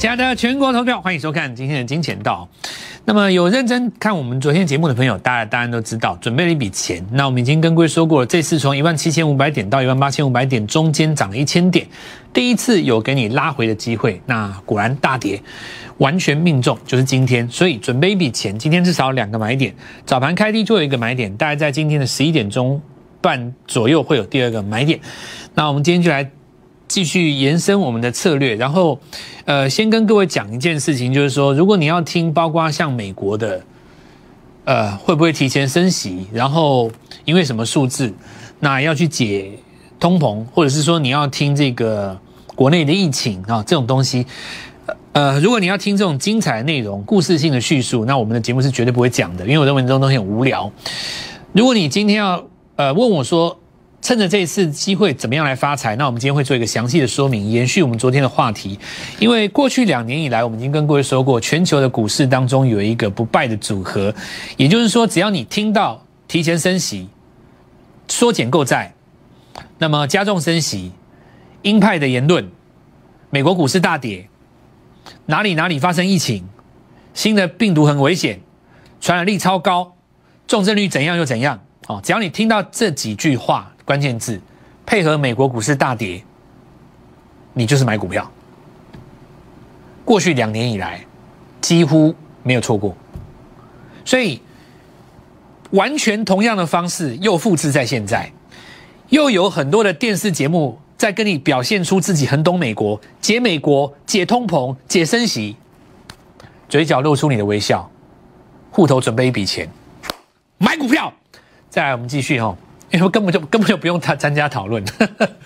亲爱的全国投票，欢迎收看今天的金钱道。那么有认真看我们昨天节目的朋友，大家当然都知道，准备了一笔钱。那我们已经跟各位说过了，这次从17500点到18500点，中间涨了1000点，第一次有给你拉回的机会。那果然大跌，完全命中，就是今天。所以准备一笔钱，今天至少2个买点，早盘开低就有一个买点，大概在今天的11点钟半左右会有第2个买点。那我们今天就来继续延伸我们的策略，然后先跟各位讲一件事情，就是说，如果你要听包括像美国的会不会提前升息，然后因为什么数字，那要去解通膨，或者是说你要听这个国内的疫情啊这种东西，如果你要听这种精彩的内容、故事性的叙述，那我们的节目是绝对不会讲的，因为我认为这种东西很无聊。如果你今天要问我说，趁着这一次机会怎么样来发财，那我们今天会做一个详细的说明，延续我们昨天的话题。因为过去2年以来，我们已经跟各位说过，全球的股市当中有一个不败的组合，也就是说，只要你听到提前升息、缩减购债，那么加重升息、鹰派的言论，美国股市大跌，哪里发生疫情，新的病毒很危险，传染力超高，重症率怎样又怎样，只要你听到这几句话关键字，配合美国股市大跌，你就是买股票。过去2年以来，几乎没有错过，所以完全同样的方式又复制在现在，又有很多的电视节目在跟你表现出自己很懂美国，解美国、解通膨、解升息，嘴角露出你的微笑，户头准备一笔钱，买股票。再来，我们继续因为根本就不用参加讨论，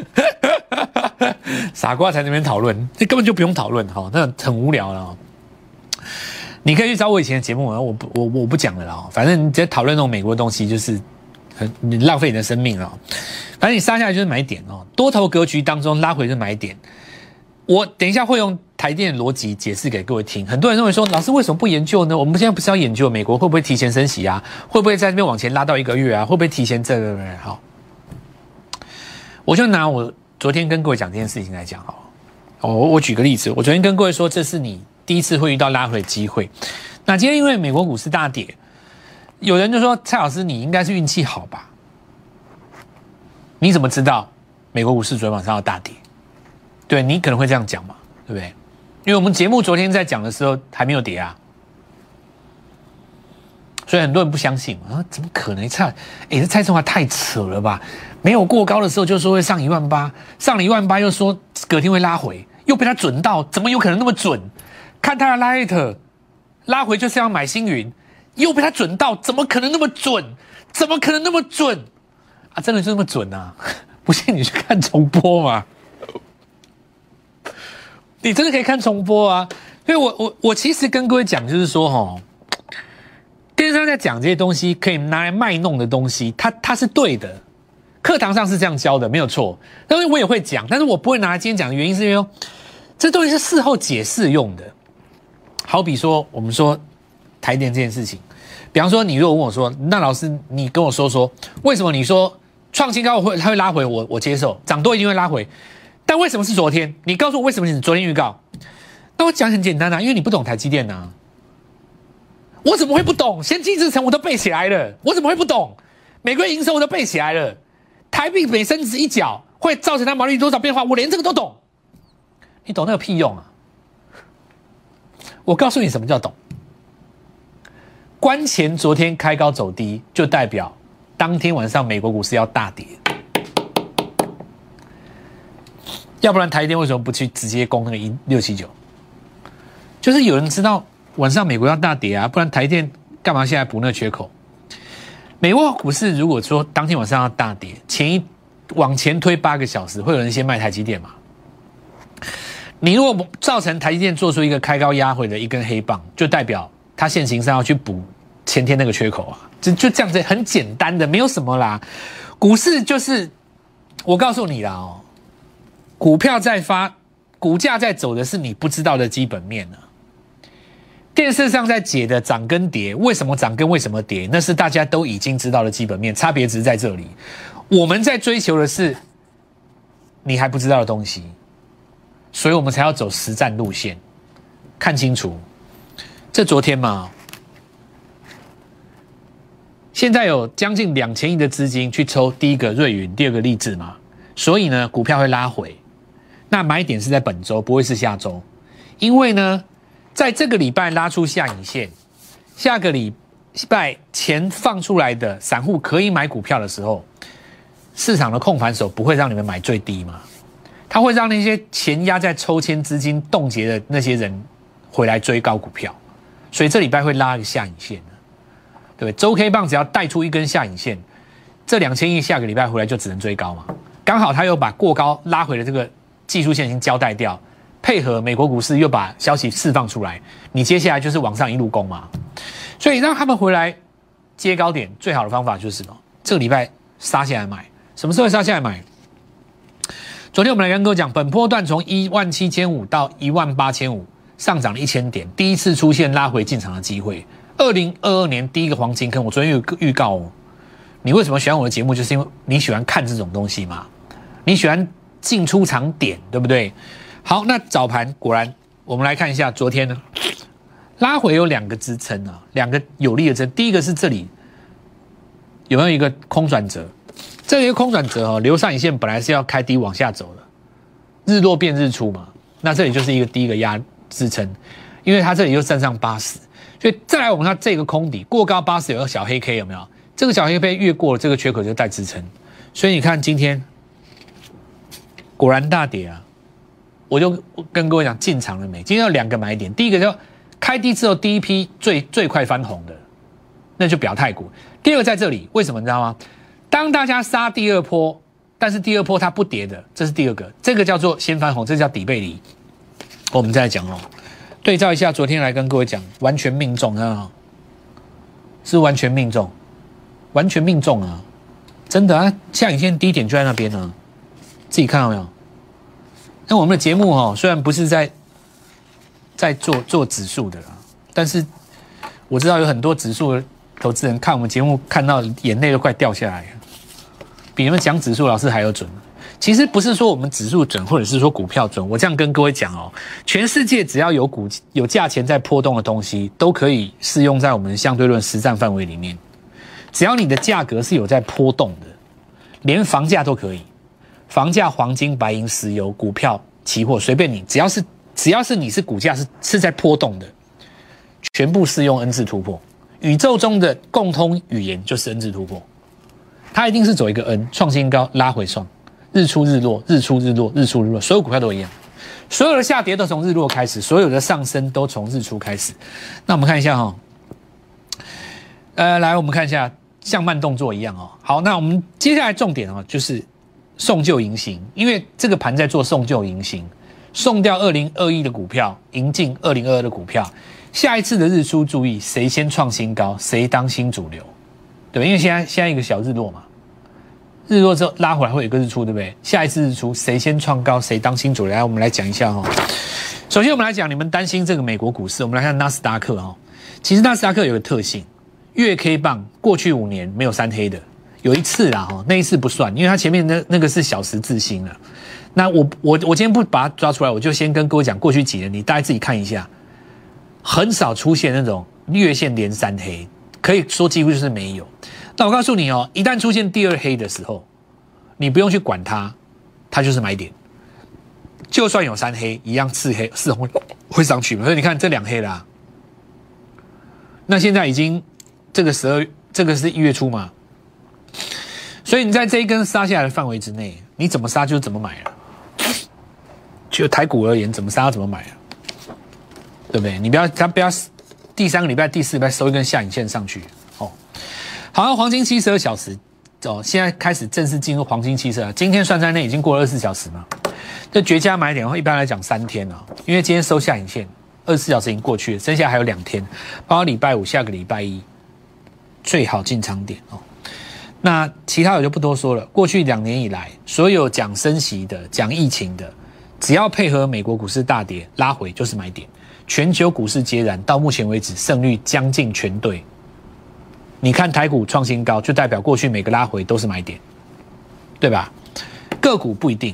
傻瓜才在那边讨论，根本就不用讨论那很无聊了你可以去找我以前的节目我不讲了啦反正你直接讨论那种美国的东西，就是你浪费你的生命了反正你杀下来就是买点多头格局当中拉回就是买点。我等一下会用台电的逻辑解释给各位听。很多人认为说，老师为什么不研究呢？我们现在不是要研究美国会不会提前升息啊？会不会在这边往前拉到1个月啊？会不会提前这个？好，我就拿我昨天跟各位讲这件事情来讲好了。我举个例子，我昨天跟各位说，这是你第一次会遇到拉回的机会。那今天因为美国股市大跌，有人就说蔡老师你应该是运气好吧？你怎么知道美国股市昨天晚上要大跌？对，你可能会这样讲嘛，对不对？因为我们节目昨天在讲的时候还没有跌啊，所以很多人不相信嘛，怎么可能这蔡中华太扯了吧？没有过高的时候就说会上18000，上了18000又说隔天会拉回，又被他准到，怎么有可能那么准？看他的 Light 拉回就是要买星云，又被他准到，怎么可能那么准？怎么可能那么准？啊，真的就那么准啊？不信你去看重播嘛。你真的可以看重播啊！所以我其实跟各位讲，就是说电视上在讲这些东西可以拿来卖弄的东西，它是对的，课堂上是这样教的，没有错。但是我也会讲，但是我不会拿来今天讲的原因是因为这东西是事后解释用的。好比说我们说台电这件事情，比方说你如果问我说，那老师你跟我说为什么你说创新高它会拉回，我接受，涨多一定会拉回。但为什么是昨天？你告诉我为什么你昨天预告？那我讲很简单啊，因为你不懂台积电啊。我怎么会不懂？先进制程我都背起来了，我怎么会不懂？每个月营收我都背起来了，台币每升值1角会造成它毛利率多少变化，我连这个都懂。你懂那个屁用啊！我告诉你什么叫懂。关前昨天开高走低，就代表当天晚上美国股市要大跌。要不然台积电为什么不去直接攻那个1679？就是有人知道晚上美国要大跌啊，不然台积电干嘛现在补那个缺口？美国股市如果说当天晚上要大跌，往前推8个小时，会有人先卖台积电嘛？你如果造成台积电做出一个开高压回的一根黑棒，就代表它现行上要去补前天那个缺口啊，就这样子，很简单的，没有什么啦。股市就是我告诉你啦股票在发，股价在走的是你不知道的基本面啊。电视上在解的涨跟跌，为什么涨跟为什么跌，那是大家都已经知道的基本面，差别只是在这里。我们在追求的是你还不知道的东西，所以我们才要走实战路线。 看清楚，这昨天嘛，现在有将近2000亿的资金去抽第一个瑞云，第二个励志嘛，所以呢，股票会拉回。那买点是在本周，不会是下周，因为呢，在这个礼拜拉出下影线，下个礼拜钱放出来的散户可以买股票的时候，市场的控盘手不会让你们买最低嘛，他会让那些钱压在抽签资金冻结的那些人回来追高股票，所以这礼拜会拉一个下影线的，对不对？周 K 棒只要带出一根下影线，这2000亿下个礼拜回来就只能追高嘛，刚好他又把过高拉回的这个技术线已经交代掉，配合美国股市又把消息释放出来，你接下来就是往上一路攻嘛。所以让他们回来接高点，最好的方法就是什么？这个礼拜杀下来买，什么时候杀下来买？昨天我们来跟各位讲，本波段从17500到18500上涨了1000点，第一次出现拉回进场的机会。2022年第一个黄金坑，我昨天有预告哦。你为什么喜欢我的节目？就是因为你喜欢看这种东西嘛，你喜欢进出场点，对不对？好，那早盘果然，我们来看一下昨天呢，拉回有2个支撑啊，2个有力的支撑。第一个是这里有没有一个空转折？这里一个空转折哦，留上影线本来是要开低往下走的，日落变日出嘛，那这里就是一个第一个压支撑，因为它这里又站上80，所以再来我们看这个空底过高80有个小黑 K 有没有？这个小黑 K 越过了这个缺口就带支撑，所以你看今天。果然大跌啊！我就跟各位讲进场了没？今天有2个买点，第一个就开低之后第一批最快翻红的，那就表态股。第二个在这里，为什么你知道吗？当大家杀第二波，但是第二波它不跌的，这是第二个，这个叫做先翻红，这叫底背离。我们再来讲哦，对照一下昨天来跟各位讲，完全命中啊，是完全命中，完全命中啊！真的啊，下影线低点就在那边呢。自己看到没有？那我们的节目哦，虽然不是在做指数的啦，但是我知道有很多指数的投资人看我们节目看到眼泪都快掉下来了，比你们讲指数老师还要准。其实不是说我们指数准，或者是说股票准。我这样跟各位讲哦，全世界只要有价钱在波动的东西，都可以适用在我们相对论实战范围里面。只要你的价格是有在波动的，连房价都可以。房价、黄金、白银、石油、股票、期货，随便你，只要是你是股价是在波动的，全部适用 N 字突破。宇宙中的共通语言就是 N 字突破，它一定是走一个 N 创新高拉回创，日出日落，日出日落，日出日落，所有股票都一样，所有的下跌都从日落开始，所有的上升都从日出开始。那我们看一下哈，来我们看一下像慢动作一样哦。好，那我们接下来重点哦就是。送旧迎新，因为这个盘在做送旧迎新，送掉2021的股票，迎进2022的股票。下一次的日出，注意谁先创新高，谁当新主流，对吧？因为现在一个小日落嘛，日落之后拉回来会有一个日出，对不对？下一次日出，谁先创高，谁当新主流？来，我们来讲一下哈。首先，我们来讲你们担心这个美国股市，我们来看纳斯达克哈。其实纳斯达克有个特性，月 K 棒过去5年没有3黑的。有一次啦，那一次不算，因为它前面那个是小时自新了。那我今天不把它抓出来，我就先跟各位讲，过去几年你大家自己看一下，很少出现那种月线连3黑，可以说几乎就是没有。那我告诉你哦，一旦出现第2黑的时候，你不用去管它，它就是买点。就算有3黑，一样4红会上去嘛。所以你看这2黑啦，那现在已经这个这个是1月初嘛。所以你在这一根杀下来的范围之内，你怎么杀就怎么买了。就台股而言，怎么杀怎么买了，对不对？你不要第3个礼拜、第4个礼拜收一根下影线上去哦。好，黄金72小时哦，现在开始正式进入黄金72，今天算在内已经过了24小时嘛。这绝佳买点的话，一般来讲3天啊，因为今天收下影线，24小时已经过去了，剩下还有2天，包括礼拜5、下个礼拜1，最好进场点哦。那其他我就不多说了。过去2年以来，所有讲升息的、讲疫情的，只要配合美国股市大跌拉回，就是买点。全球股市皆然，到目前为止胜率将近全对。你看台股创新高，就代表过去每个拉回都是买点，对吧？个股不一定，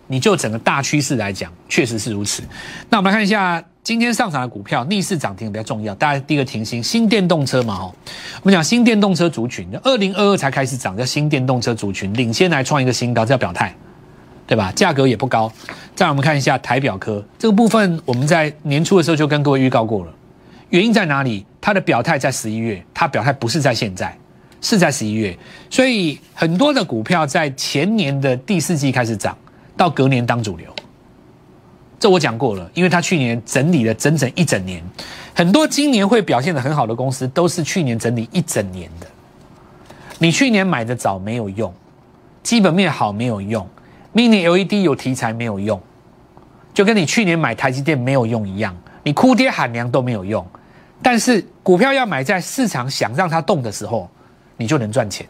你就整个大趋势来讲，确实是如此。那我们来看一下今天上涨的股票，逆势涨停比较重要。大家第一个停心，新电动车嘛，我们讲新电动车族群，2022才开始涨，叫新电动车族群，领先来创一个新高，这要表态，对吧？价格也不高。再来我们看一下台表科这个部分，我们在年初的时候就跟各位预告过了，原因在哪里？它的表态在11月，它表态不是在现在，是在11月，所以很多的股票在前年的第4季开始涨，到隔年当主流。这我讲过了，因为他去年整理了整整一整年，很多今年会表现得很好的公司，都是去年整理一整年的。你去年买的早没有用，基本面好没有用 ，Mini LED 有题材没有用，就跟你去年买台积电没有用一样，你哭爹喊娘都没有用。但是股票要买在市场想让它动的时候，你就能赚钱。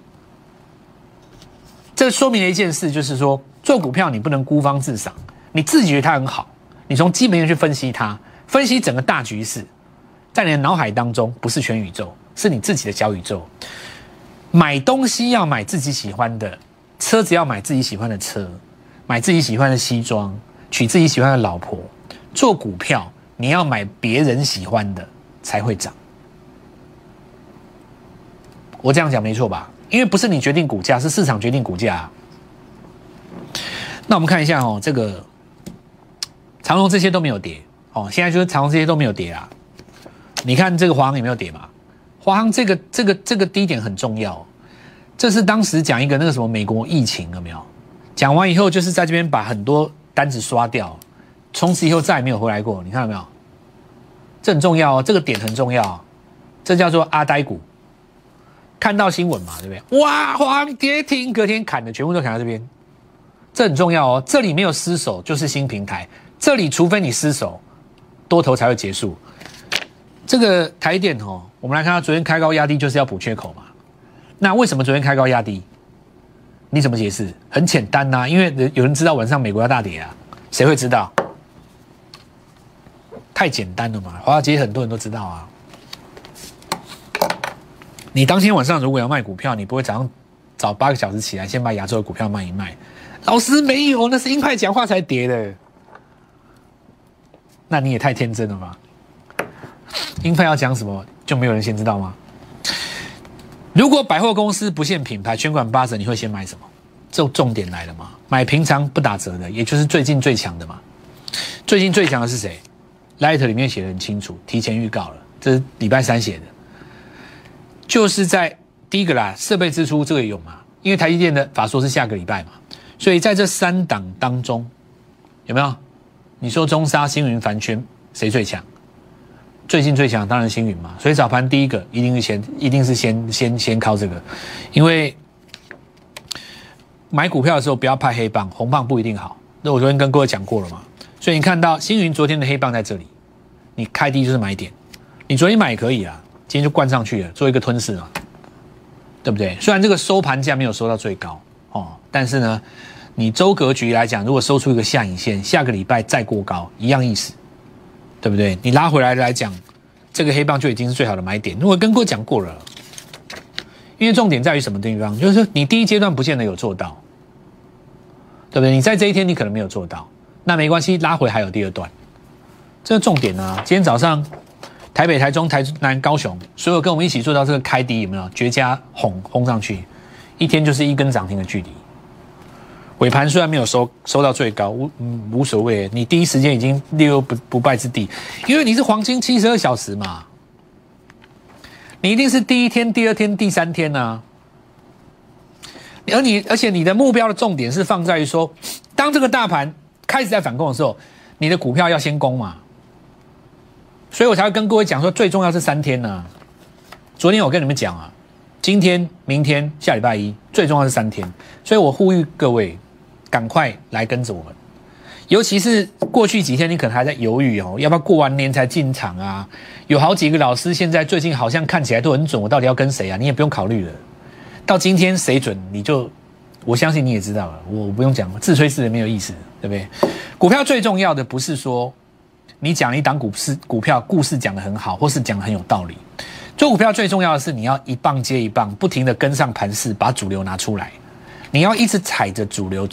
这说明了一件事，就是说做股票你不能孤芳自赏，你自己觉得它很好，你从基本面去分析它，分析整个大局势，在你的脑海当中不是全宇宙，是你自己的小宇宙。买东西要买自己喜欢的，车子要买自己喜欢的车，买自己喜欢的西装，娶自己喜欢的老婆。做股票你要买别人喜欢的才会涨。我这样讲没错吧？因为不是你决定股价，是市场决定股价。那我们看一下这个长荣这些都没有跌现在就是长荣这些都没有跌啊。你看这个华航有没有跌嘛？华航这个低点很重要，这是当时讲一个那个什么美国疫情有没有？讲完以后就是在这边把很多单子刷掉，从此以后再也没有回来过。你看到没有？这很重要这个点很重要这叫做阿呆股。看到新闻嘛，对不对？哇，华航跌停，隔天砍的全部都砍到这边，这很重要这里没有失手就是新平台，这里除非你失手，多头才会结束。这个台电我们来看到昨天开高压低就是要补缺口嘛。那为什么昨天开高压低？你怎么解释？很简单啊，因为有人知道晚上美国要大跌啊，谁会知道？太简单了嘛，华尔街很多人都知道啊。你当天晚上如果要卖股票，你不会早上早8个小时起来先把亚洲的股票卖一卖？老师没有，那是鹰派讲话才跌的。那你也太天真了吧？鹰派要讲什么就没有人先知道吗？如果百货公司不限品牌，全馆8折，你会先买什么？这重点来了嘛？买平常不打折的，也就是最近最强的嘛。最近最强的是谁 ？Light 里面写得很清楚，提前预告了，这是礼拜3写的。就是在第一个啦，设备支出这个有嘛？因为台积电的法说是下个礼拜嘛，所以在这3档当中，有没有？你说中砂、星云、凡轩谁最强？最近最强当然星云嘛，所以早盘第一个一定是先靠这个，因为买股票的时候不要派黑棒，红棒不一定好。那我昨天跟各位讲过了嘛，所以你看到星云昨天的黑棒在这里，你开低就是买点，你昨天买也可以啊。今天就灌上去了，做一个吞噬嘛，对不对？虽然这个收盘价没有收到最高但是呢，你周格局来讲，如果收出一个下影线，下个礼拜再过高，一样意思，对不对？你拉回来讲，这个黑棒就已经是最好的买点。我跟各位讲过了，因为重点在于什么地方？就是说你第一阶段不见得有做到，对不对？你在这一天你可能没有做到，那没关系，拉回还有第2段，这是重点啊。今天早上。台北、台中、台南、高雄，所有跟我们一起做到这个开低，有没有绝佳轰上去？一天就是1根涨停的距离。尾盘虽然没有收到最高，无所谓，你第一时间已经立有不败之地，因为你是黄金72小时嘛，你一定是第1天、第2天、第3天啊。而且你的目标的重点是放在于说，当这个大盘开始在反攻的时候，你的股票要先攻嘛。所以我才会跟各位讲说，最重要是3天啊。昨天我跟你们讲啊，今天、明天、下礼拜一，最重要是3天。所以我呼吁各位，赶快来跟着我们。尤其是过去几天，你可能还在犹豫要不要过完年才进场啊？有好几个老师现在最近好像看起来都很准，我到底要跟谁啊？你也不用考虑了。到今天谁准，我相信你也知道了，我不用讲了，自吹自擂没有意思，对不对？股票最重要的不是说。你讲一档股票故事讲得很好，或是讲得很有道理。做股票最重要的是你要一棒接一棒，不停的跟上盘势，把主流拿出来。 你要一直踩着主流，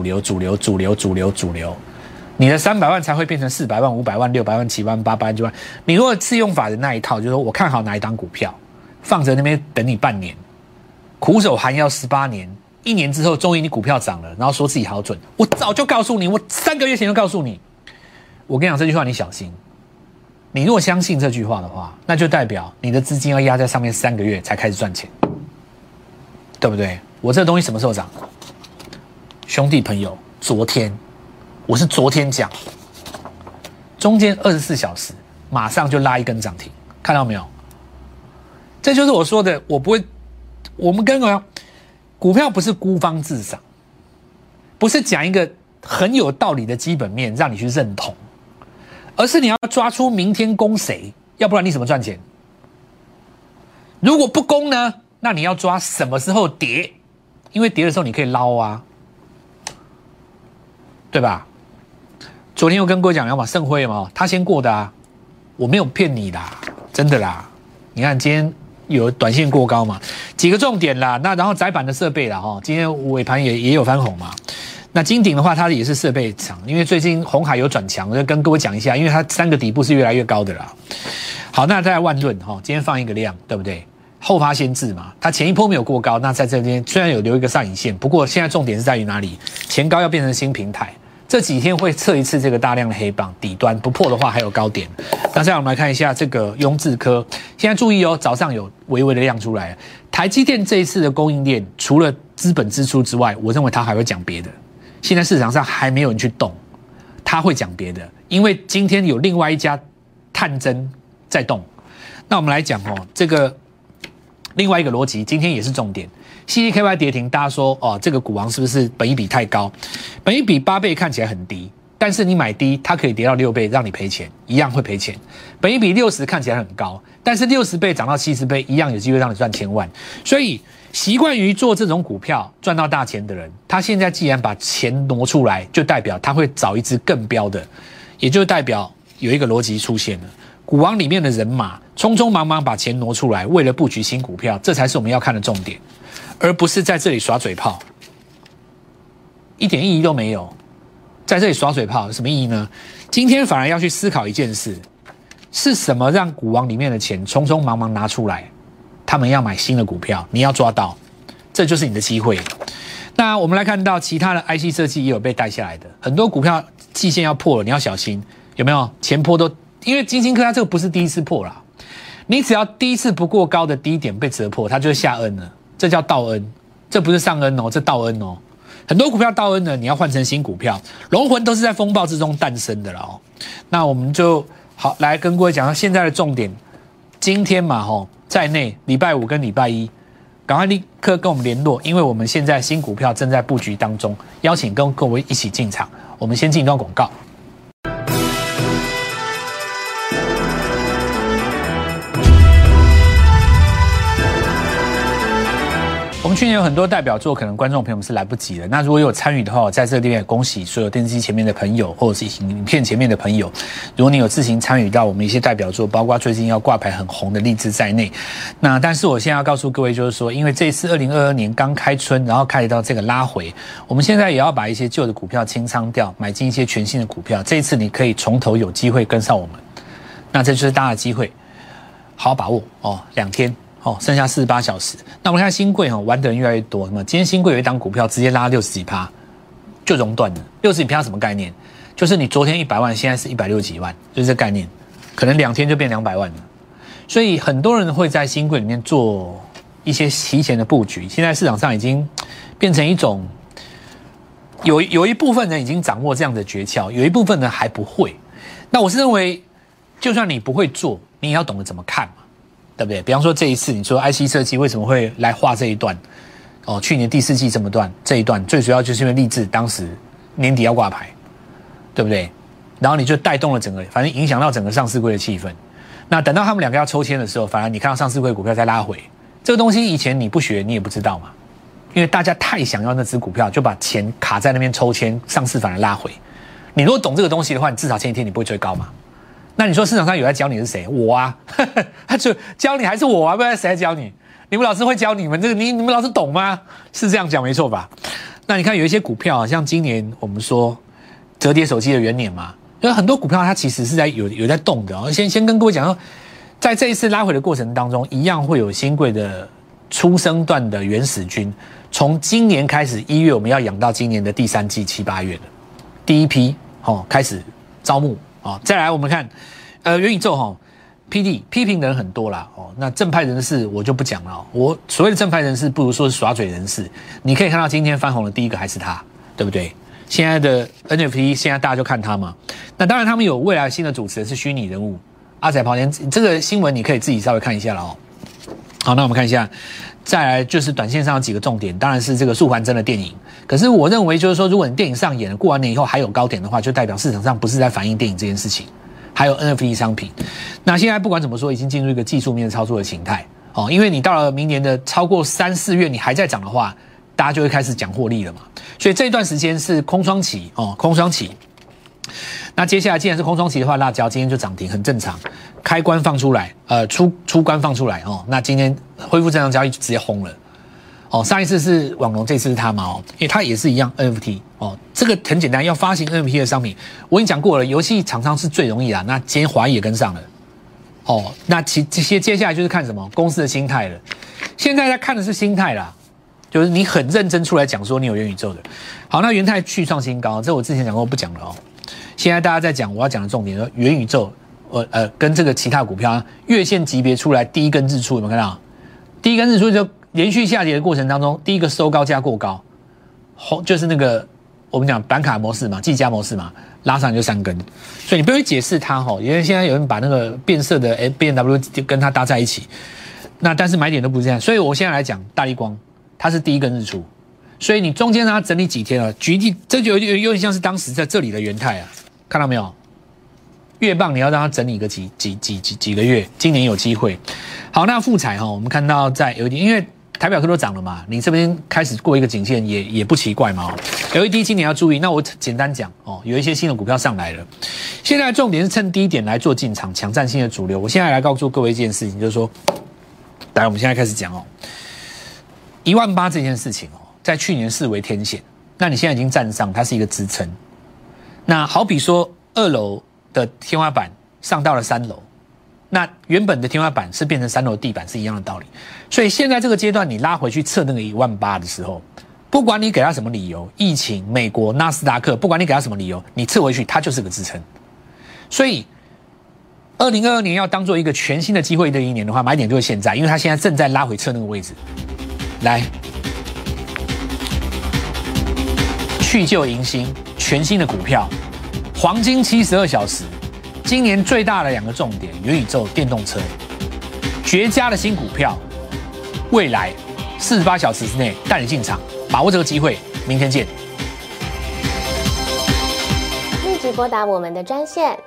你的300万才会变成400万、500万、600万、700万、800万、900万。你如果自用法的那一套，就是说我看好哪一档股票，放着那边等你半年，苦守寒窑18年，1年之后终于你股票涨了，然后说自己好准。我早就告诉你，我3个月前就告诉你。我跟你讲这句话，你小心。你如果相信这句话的话，那就代表你的资金要压在上面3个月才开始赚钱，对不对？我这个东西什么时候涨？兄弟朋友，昨天，我是昨天讲，中间24小时马上就拉一根涨停，看到没有？这就是我说的，我们跟股票不是孤芳自赏，不是讲一个很有道理的基本面让你去认同，而是你要抓出明天攻谁，要不然你怎么赚钱？如果不攻呢，那你要抓什么时候跌，因为跌的时候你可以捞啊，对吧？昨天又跟各位讲了嘛，盛辉嘛，他先过的啊，我没有骗你啦，真的啦。你看今天有短线过高嘛，几个重点啦，那然后载板的设备啦，今天尾盘也有翻红嘛。那金鼎的话，它也是设备厂，因为最近鸿海有转强，我就跟各位讲一下，因为它3个底部是越来越高的啦。好，那再来万润今天放一个量，对不对？后发先至嘛，它前一波没有过高，那在这边虽然有留一个上影线，不过现在重点是在于哪里？前高要变成新平台，这几天会测一次这个大量的黑棒底端，不破的话还有高点。那再来我们来看一下这个雍智科，现在注意早上有微微的量出来了。台积电这一次的供应链，除了资本支出之外，我认为它还会讲别的。现在市场上还没有人去动，他会讲别的，因为今天有另外一家探针在动。那我们来讲这个另外一个逻辑，今天也是重点。CCKY 跌停，大家说这个股王是不是本益比太高？本益比8倍看起来很低，但是你买低，它可以跌到6倍，让你赔钱，一样会赔钱。本益比60看起来很高，但是60倍涨到70倍，一样有机会让你赚1000万。所以习惯于做这种股票赚到大钱的人，他现在既然把钱挪出来，就代表他会找一只更标的，也就代表有一个逻辑出现了。股王里面的人马匆匆忙忙把钱挪出来，为了布局新股票，这才是我们要看的重点，而不是在这里耍嘴炮，一点意义都没有。在这里耍嘴炮有什么意义呢？今天反而要去思考一件事，是什么让股王里面的钱匆匆忙忙拿出来？他们要买新的股票，你要抓到，这就是你的机会。那我们来看到其他的 IC 设计也有被带下来的，很多股票季线要破了，你要小心，有没有？前波都因为金星科它这个不是第一次破啦，你只要第一次不过高的低点被折破，它就下 N 了，这叫倒 N， 这不是上 N 这倒 N 很多股票倒 N 了，你要换成新股票，龙魂都是在风暴之中诞生的了那我们就好来跟各位讲现在的重点，今天嘛在内，礼拜5跟礼拜1，赶快立刻跟我们联络，因为我们现在新股票正在布局当中，邀请跟各位一起进场。我们先进一段广告。我们去年有很多代表作，可能观众朋友们是来不及的。那如果有参与的话，我在这个地方也恭喜所有电视机前面的朋友，或者是影片前面的朋友。如果你有自行参与到我们一些代表作，包括最近要挂牌很红的励志在内，那但是我现在要告诉各位，就是说，因为这一次2022年刚开春，然后开始到这个拉回，我们现在也要把一些旧的股票清仓掉，买进一些全新的股票。这一次你可以从头有机会跟上我们，那这就是大家的机会，好好把握2天。剩下48小时。那我们看新贵玩的人越来越多。那么今天新贵有一档股票直接拉60几%，就熔断了。60几%什么概念？就是你昨天100万，现在是160几万，就是这概念。可能2天就变200万了。所以很多人会在新贵里面做一些提前的布局。现在市场上已经变成一种，有一部分人已经掌握这样的诀窍，有一部分人还不会。那我是认为，就算你不会做，你也要懂得怎么看嘛。对不对？比方说这一次，你说 IC 设计为什么会来画这一段？去年第4季这一段，最主要就是因为励志当时年底要挂牌，对不对？然后你就带动了整个，反正影响到整个上市柜的气氛。那等到他们2个要抽签的时候，反而你看到上市柜股票在拉回，这个东西以前你不学你也不知道嘛，因为大家太想要那只股票，就把钱卡在那边抽签，上市反而拉回。你如果懂这个东西的话，你至少前一天你不会追高嘛。那你说市场上有在教你是谁？我啊，他就教你还是我啊？不然谁在教你？ 你们老师会教你们这个，你们老师懂吗？是这样讲没错吧？那你看有一些股票，像今年我们说折叠手机的元年嘛，有很多股票它其实是有在动的哦。先跟各位讲说，在这一次拉回的过程当中，一样会有新贵的初生段的原始军，从今年开始1月我们要养到今年的第3季7、8月的第一批开始招募啊。再来我们看元宇宙批评的人很多啦那正派人士我就不讲了我所谓的正派人士不如说是耍嘴人士。你可以看到今天翻红的第一个还是他，对不对？现在的 NFT 现在大家就看他嘛。那当然他们有未来新的主持人是虚拟人物阿仔跑年，这个新闻你可以自己稍微看一下了好，那我们看一下，再来就是短线上有几个重点，当然是这个素还真的电影。可是我认为就是说，如果你电影上演了，过完年以后还有高点的话，就代表市场上不是在反映电影这件事情。还有 NFT 商品，那现在不管怎么说，已经进入一个技术面操作的形态因为你到了明年的超过3、4月，你还在涨的话，大家就会开始讲获利了嘛。所以这一段时间是空窗期空窗期。那接下来既然是空窗期的话，辣椒今天就涨停，很正常。开关放出来，出关放出来那今天恢复正常交易就直接轰了上一次是网龙，这次是他嘛因为它也是一样 NFT 这个很简单，要发行 NFT 的商品，我已经讲过了，游戏厂商是最容易啦。那今天华谊也跟上了那接下来就是看什么公司的心态了。现在在看的是心态啦，就是你很认真出来讲说你有元宇宙的。好，那元泰续创新高，这我之前讲过，不讲了现在大家在讲我要讲的重点，说元宇宙跟这个其他股票月线级别出来第一根日出，有没有看到？第一根日出就连续下跌的过程当中，第一个收高价过高，就是那个我们讲板卡模式嘛，技嘉模式嘛，拉上就3根，所以你不会解释它因为现在有人把那个变色的 BMW 跟它搭在一起，那但是买点都不是这样，所以我现在来讲大立光，它是第一根日出，所以你中间让它整理几天了，这就有点像是当时在这里的元泰看到没有？月棒你要让它整理个几个月，今年有机会。好，那富彩我们看到在有一点，因为台表科都涨了嘛，你这边开始过一个颈线也不奇怪嘛LED 今年要注意，那我简单讲有一些新的股票上来了，现在重点是趁低点来做进场，抢占性的主流。我现在来告诉各位一件事情，就是说，来我们现在开始讲18000这件事情在去年视为天线，那你现在已经站上，它是一个支撑。那好比说2楼的天花板上到了3楼，那原本的天花板是变成3楼的地板是一样的道理。所以现在这个阶段你拉回去测那个18000的时候，不管你给他什么理由，疫情、美国、纳斯达克，不管你给他什么理由，你测回去它就是个支撑。所以2022年要当做一个全新的机会的一年的话，买点就是现在，因为它现在正在拉回测那个位置。来，去旧迎新，全新的股票，黄金72小时，今年最大的2个重点：元宇宙、电动车，绝佳的新股票，未来48小时之内带你进场，把握这个机会。明天见。 立即拨打我们的专线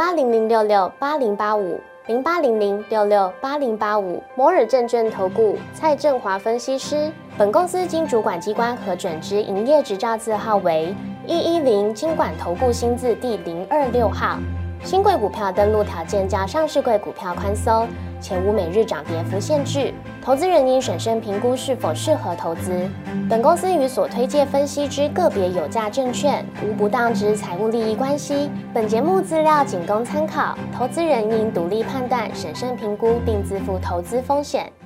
0800668085。0800668085，摩尔证券投顾蔡正华分析师。本公司经主管机关核准之营业执照字号为110金管投顾新字第026号。新贵股票登录条件较上市贵股票宽松，且无每日涨跌幅限制。投资人应审慎评估是否适合投资。本公司与所推介分析之个别有价证券无不当之财务利益关系。本节目资料仅供参考，投资人应独立判断、审慎评估并自负投资风险。